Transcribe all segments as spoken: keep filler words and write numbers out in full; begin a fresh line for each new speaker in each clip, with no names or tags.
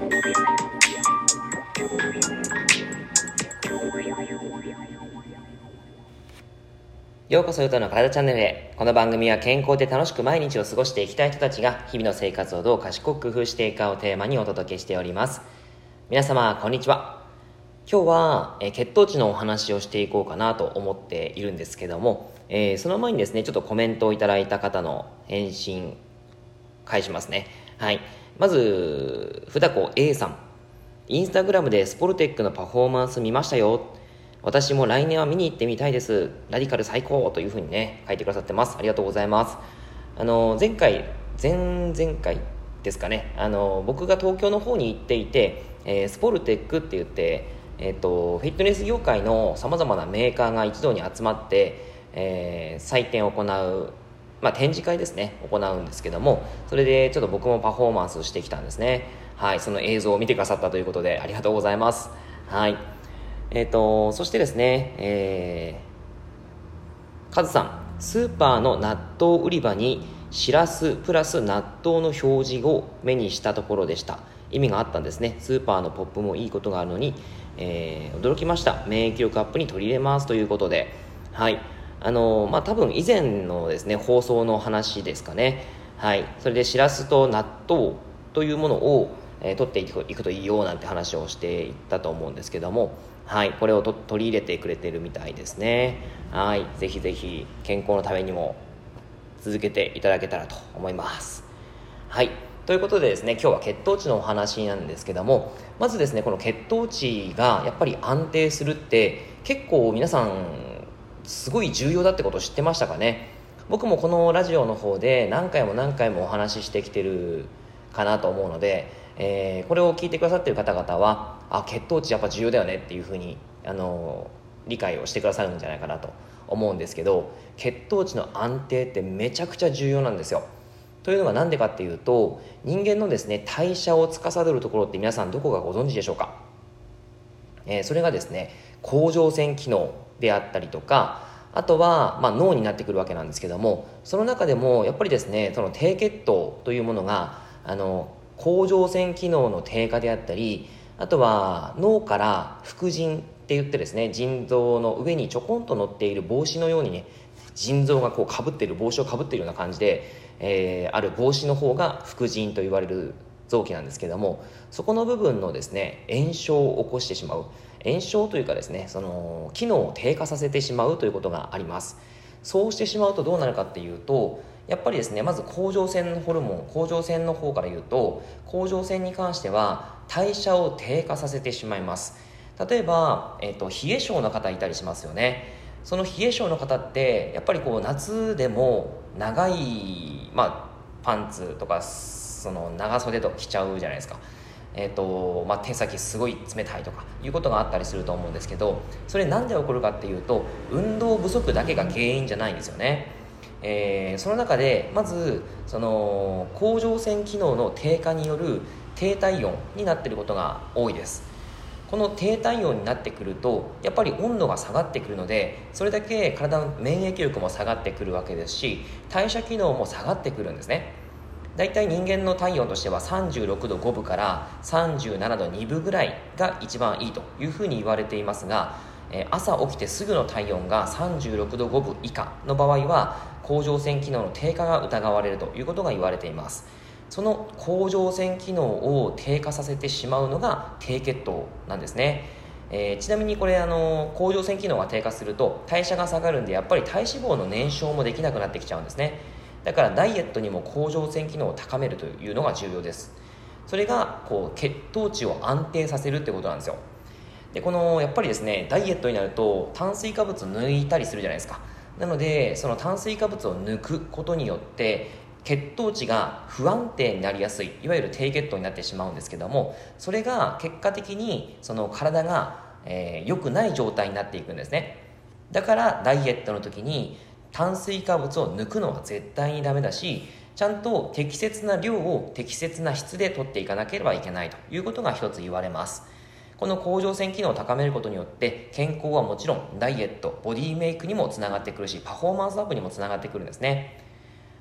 ようこそゆとの体チャンネルへ。この番組は健康で楽しく毎日を過ごしていきたい人たちが日々の生活をどう賢く工夫していくかをテーマにお届けしております。皆様こんにちは。今日は、えー、血糖値のお話をしていこうかなと思っているんですけども、えー、その前にですねちょっとコメントをいただいた方の返信返しますね。はい。まずふだこ A さん、インスタグラムでスポルテックのパフォーマンス見ましたよ。私も来年は見に行ってみたいです。ラディカル最高というふうにね書いてくださってます。ありがとうございます。あの前回前々回ですかね、あの僕が東京の方に行っていて、えー、スポルテックって言って、えー、とフィットネス業界のさまざまなメーカーが一堂に集まって、えー、採点を行う、まあ、展示会ですね行うんですけども、それでちょっと僕もパフォーマンスをしてきたんですね。はい。その映像を見てくださったということでありがとうございます。はい。えーと、そしてですね、えー、カズさん、スーパーの納豆売り場にしらすプラス納豆の表示を目にしたところでした。意味があったんですね。スーパーのポップもいいことがあるのに、えー、驚きました。免疫力アップに取り入れますということで、はい。あのまあ多分以前のですね放送の話ですかね。はい。それでしらすと納豆というものを、えー、取っていく、いくといいよなんて話をしていったと思うんですけども、はい、これをと取り入れてくれているみたいですね。はい、ぜひぜひ健康のためにも続けていただけたらと思います。はい、ということでですね、今日は血糖値のお話なんですけども、まずですねこの血糖値がやっぱり安定するって結構皆さんすごい重要だってことを知ってましたかね。僕もこのラジオの方で何回も何回もお話ししてきてるかなと思うので、えー、これを聞いてくださっている方々はあ血糖値やっぱ重要だよねっていうふうにあの理解をしてくださるんじゃないかなと思うんですけど、血糖値の安定ってめちゃくちゃ重要なんですよ。というのがなんでかっていうと、人間のですね代謝を司るところって皆さんどこかご存知でしょうか。えー、それがですね甲状腺機能であったりとか、あとは、まあ、脳になってくるわけなんですけども、その中でもやっぱりですねその低血糖というものがあの甲状腺機能の低下であったり、あとは脳から副腎って言ってですね腎臓の上にちょこんと乗っている帽子のようにね、腎臓がこうかぶっている帽子をかぶっているような感じで、えー、ある帽子の方が副腎と言われる臓器なんですけども、そこの部分のですね炎症を起こしてしまう、炎症というかですねその機能を低下させてしまうということがあります。そうしてしまうとどうなるかっていうと、やっぱりですねまず甲状腺のホルモン、甲状腺の方から言うと、甲状腺に関しては代謝を低下させてしまいます。例えば、えーと、冷え性の方いたりしますよね。その冷え性の方ってやっぱりこう夏でも長い、まあ、パンツとかその長袖とか着ちゃうじゃないですか。えーとまあ、手先すごい冷たいとかいうことがあったりすると思うんですけど、それなんで起こるかっていうと運動不足だけが原因じゃないんですよね。えー、その中でまずその甲状腺機能の低下による低体温になっていることが多いです。この低体温になってくるとやっぱり温度が下がってくるので、それだけ体の免疫力も下がってくるわけですし、代謝機能も下がってくるんですね。だいたい人間の体温としてはさんじゅうろくどごぶからさんじゅうななどにぶぐらいが一番いいというふうに言われていますが、朝起きてすぐの体温がさんじゅうろくどごぶ以下の場合は甲状腺機能の低下が疑われるということが言われています。その甲状腺機能を低下させてしまうのが低血糖なんですね。えー、ちなみにこれあの甲状腺機能が低下すると代謝が下がるんで、やっぱり体脂肪の燃焼もできなくなってきちゃうんですね。だからダイエットにも甲状腺機能を高めるというのが重要です。それがこう血糖値を安定させるってことなんですよ。でこのやっぱりですねダイエットになると炭水化物を抜いたりするじゃないですか。なのでその炭水化物を抜くことによって血糖値が不安定になりやすい、いわゆる低血糖になってしまうんですけども、それが結果的にその体が、えー、良くない状態になっていくんですね。だからダイエットの時に炭水化物を抜くのは絶対にダメだし、ちゃんと適切な量を適切な質で取っていかなければいけないということが一つ言われます。この甲状腺機能を高めることによって健康はもちろんダイエット、ボディメイクにもつながってくるし、パフォーマンスアップにもつながってくるんですね。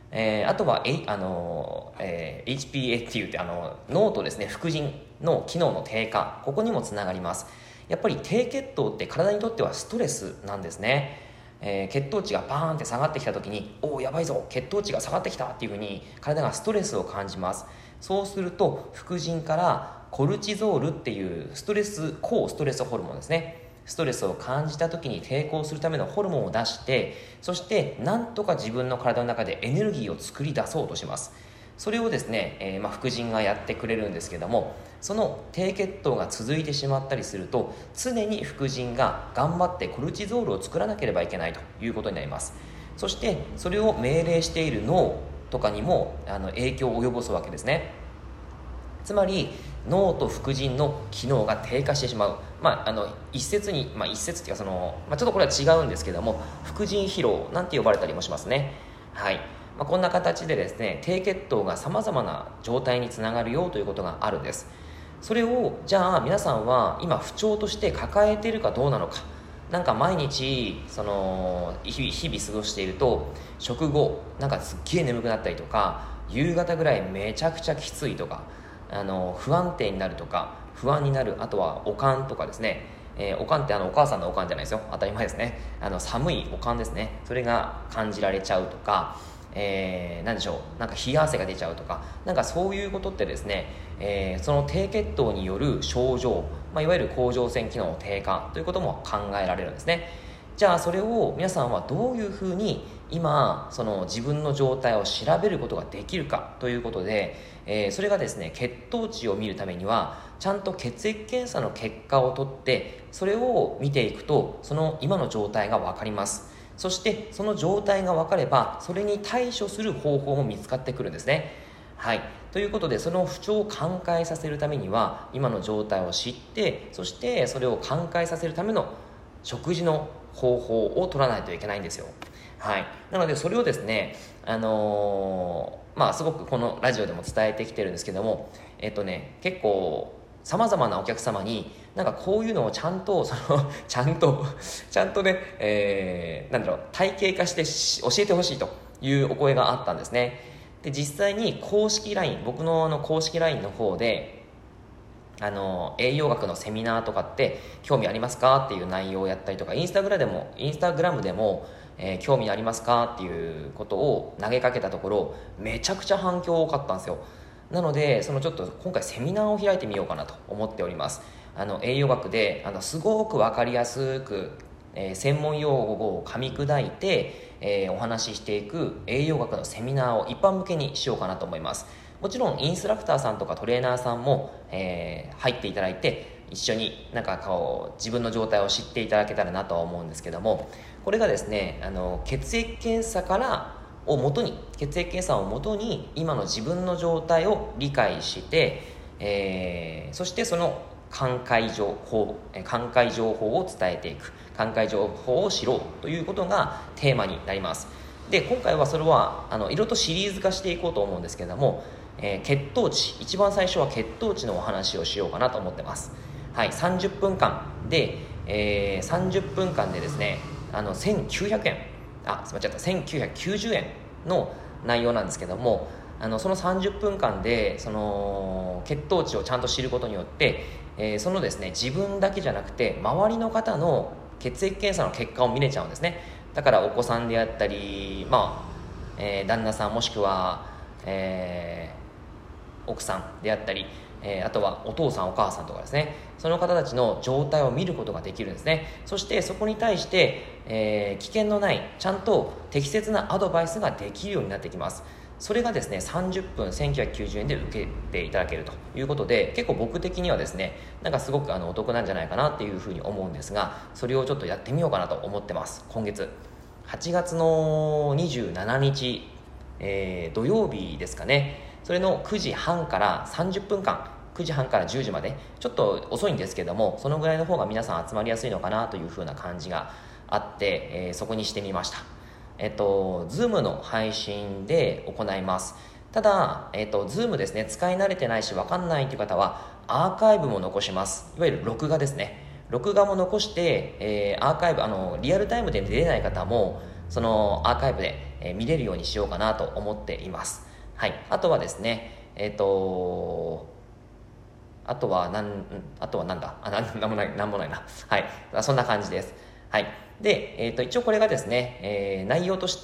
えー、あとは、えあのえー、エイチピーエー っていうあの脳とですね副腎の機能の低下、ここにもつながります。やっぱり低血糖って体にとってはストレスなんですね。えー、血糖値がバーンって下がってきた時に、おおやばいぞ、血糖値が下がってきたっていうふうに体がストレスを感じます。そうすると副腎からコルチゾールっていうストレス抗ストレスホルモンですね、ストレスを感じた時に抵抗するためのホルモンを出して、そしてなんとか自分の体の中でエネルギーを作り出そうとします。それをですね、えーまあ、副腎がやってくれるんですけども、その低血糖が続いてしまったりすると、常に副腎が頑張ってコルチゾールを作らなければいけないということになります。そしてそれを命令している脳とかにもあの影響を及ぼすわけですね。つまり脳と副腎の機能が低下してしまう、まあ、あの一説に、まあ、一説っていうかその、まあ、ちょっとこれは違うんですけども、副腎疲労なんて呼ばれたりもしますね。はい、まあ、こんな形でですね、低血糖がさまざまな状態につながるよということがあるんです。それをじゃあ皆さんは今不調として抱えているかどうなのか。なんか毎日その日々、日々過ごしていると、食後なんかすっげえ眠くなったりとか、夕方ぐらいめちゃくちゃきついとか、あの不安定になるとか、不安になる、あとはおかんとかですね、えー、おかんってあのお母さんのおかんじゃないですよ、当たり前ですね。あの寒いおかんですね、それが感じられちゃうとか、えー、何でしょう、なんか冷や汗が出ちゃうとか、なんかそういうことってですね、えー、その低血糖による症状、まあ、いわゆる甲状腺機能の低下ということも考えられるんですね。じゃあそれを皆さんはどういうふうに今その自分の状態を調べることができるかということで、えー、それがですね、血糖値を見るためにはちゃんと血液検査の結果を取って、それを見ていくとその今の状態が分かります。そしてその状態が分かればそれに対処する方法も見つかってくるんですね。はい、ということで、その不調を寛解させるためには今の状態を知って、そしてそれを寛解させるための食事の方法を取らないといけないんですよ。はい、なのでそれをですね、あのー、まあすごくこのラジオでも伝えてきてるんですけども、えっとね結構さまざまなお客様になんかこういうのをちゃんとそのちゃんとちゃんとね、えー、なんだろう、体系化して教えてほしいというお声があったんですね。で実際に公式 ライン、僕のあの公式 ライン の方で、あの栄養学のセミナーとかって興味ありますかっていう内容をやったりとか、インスタグラムでもインスタグラムでも、えー、興味ありますかっていうことを投げかけたところ、めちゃくちゃ反響多かったんですよ。なのでそのちょっと今回セミナーを開いてみようかなと思っております。あの栄養学であのすごく分かりやすく、えー、専門用語を噛み砕いて、えー、お話ししていく栄養学のセミナーを一般向けにしようかなと思います。もちろんインストラクターさんとかトレーナーさんも、えー、入っていただいて、一緒になんかこう自分の状態を知っていただけたらなとは思うんですけども、これがですね、あの血液検査からをもとに血液検査をもとに今の自分の状態を理解して、えー、そしてその寛解情報寛解情報を伝えていく、寛解情報を知ろうということがテーマになります。で今回はそれはあのいろいろとシリーズ化していこうと思うんですけれども、えー、血糖値、一番最初は血糖値のお話をしようかなと思ってます。はい、さんじゅっぷんかんで、えー、さんじゅっぷんかんでですね、あのせんきゅうひゃくえん、あ、すみません、せんきゅうひゃくきゅうじゅうえんの内容なんですけども、あのそのさんじゅっぷんかんでその血糖値をちゃんと知ることによって、えー、そのですね、自分だけじゃなくて周りの方の血液検査の結果を見れちゃうんですね。だからお子さんであったり、まあえー、旦那さんもしくは、えー、奥さんであったり、えー、あとはお父さんお母さんとかですね、その方たちの状態を見ることができるんですね。そしてそこに対して、えー、危険のないちゃんと適切なアドバイスができるようになってきます。それがですね、さんじゅっぷんせんきゅうひゃくきゅうじゅうえんで受けていただけるということで、結構僕的にはですね、なんかすごくあのお得なんじゃないかなっていうふうに思うんですが、それをちょっとやってみようかなと思ってます。今月はちがつのにじゅうしちにち、えー、土曜日ですかね、それのくじはんからさんじゅっぷんかん、くじはんからじゅうじまで、ちょっと遅いんですけども、そのぐらいの方が皆さん集まりやすいのかなという風な感じがあって、えー、そこにしてみました。えっと Zoom の配信で行います。ただ、えっと Zoom ですね、使い慣れてないし分かんないという方はアーカイブも残します。いわゆる録画ですね、録画も残して、えー、アーカイブ、あのリアルタイムで出れない方もそのアーカイブで、えー、見れるようにしようかなと思っています。はい。あとはですね、えっと、あとはなん、あとはなんだあ、なん、なんもない、なんもないな。はい。そんな感じです。はい。で、えっと、一応これがですね、えー、内容として、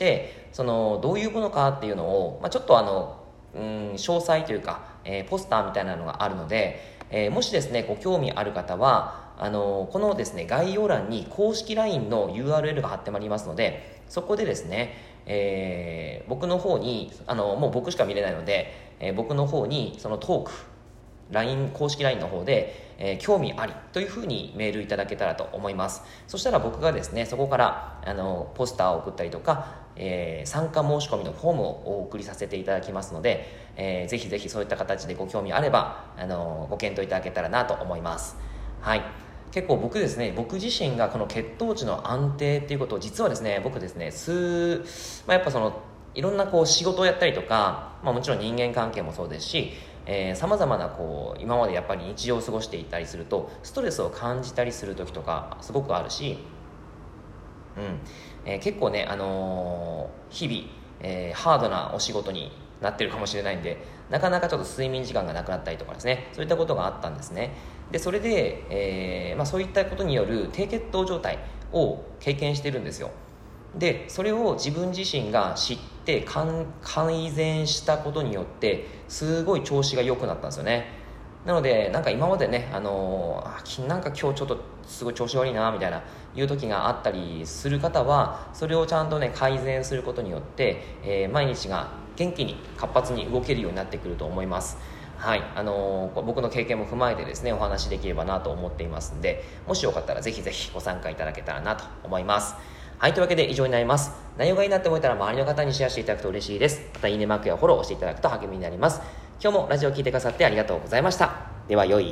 その、どういうものかっていうのを、まあ、ちょっとあの、うん、詳細というか、えー、ポスターみたいなのがあるので、えー、もしですね、ご興味ある方は、あのこのですね、概要欄に公式 ライン の ユーアールエル が貼ってまいりますので、そこでですね、えー、僕の方に、あのもう僕しか見れないので、えー、僕の方にそのトーク、ライン 公式 ライン の方で、えー、興味ありというふうにメールいただけたらと思います。そしたら僕がですね、そこからあのポスターを送ったりとか、えー、参加申し込みのフォームをお送りさせていただきますので、えー、ぜひぜひそういった形でご興味あればあのご検討いただけたらなと思います。はい。結構僕ですね、僕自身がこの血糖値の安定っていうことを、実はですね、僕ですね、数、まあ、やっぱそのいろんなこう仕事をやったりとか、まあ、もちろん人間関係もそうですし、さまざまなこう今までやっぱり日常を過ごしていたりすると、ストレスを感じたりする時とかすごくあるし、うんえー、結構ね、あのー、日々、えー、ハードなお仕事になってるかもしれないんで、なかなかちょっと睡眠時間がなくなったりとかですね、そういったことがあったんですね。でそれで、えーまあ、そういったことによる低血糖状態を経験してるんですよ。でそれを自分自身が知って改善したことによってすごい調子が良くなったんですよね。なのでなんか今までね、あのー、なんか今日ちょっとすごい調子悪いなみたいないう時があったりする方は、それをちゃんとね改善することによって、えー、毎日が元気に活発に動けるようになってくると思います。はい、あのー、僕の経験も踏まえてですねお話しできればなと思っていますので、もしよかったらぜひぜひご参加いただけたらなと思います。はい、というわけで以上になります。内容がいいなって思えたら周りの方にシェアしていただくと嬉しいです。またいいねマークやフォローをしていただくと励みになります。今日もラジオを聞いてくださってありがとうございました。では良い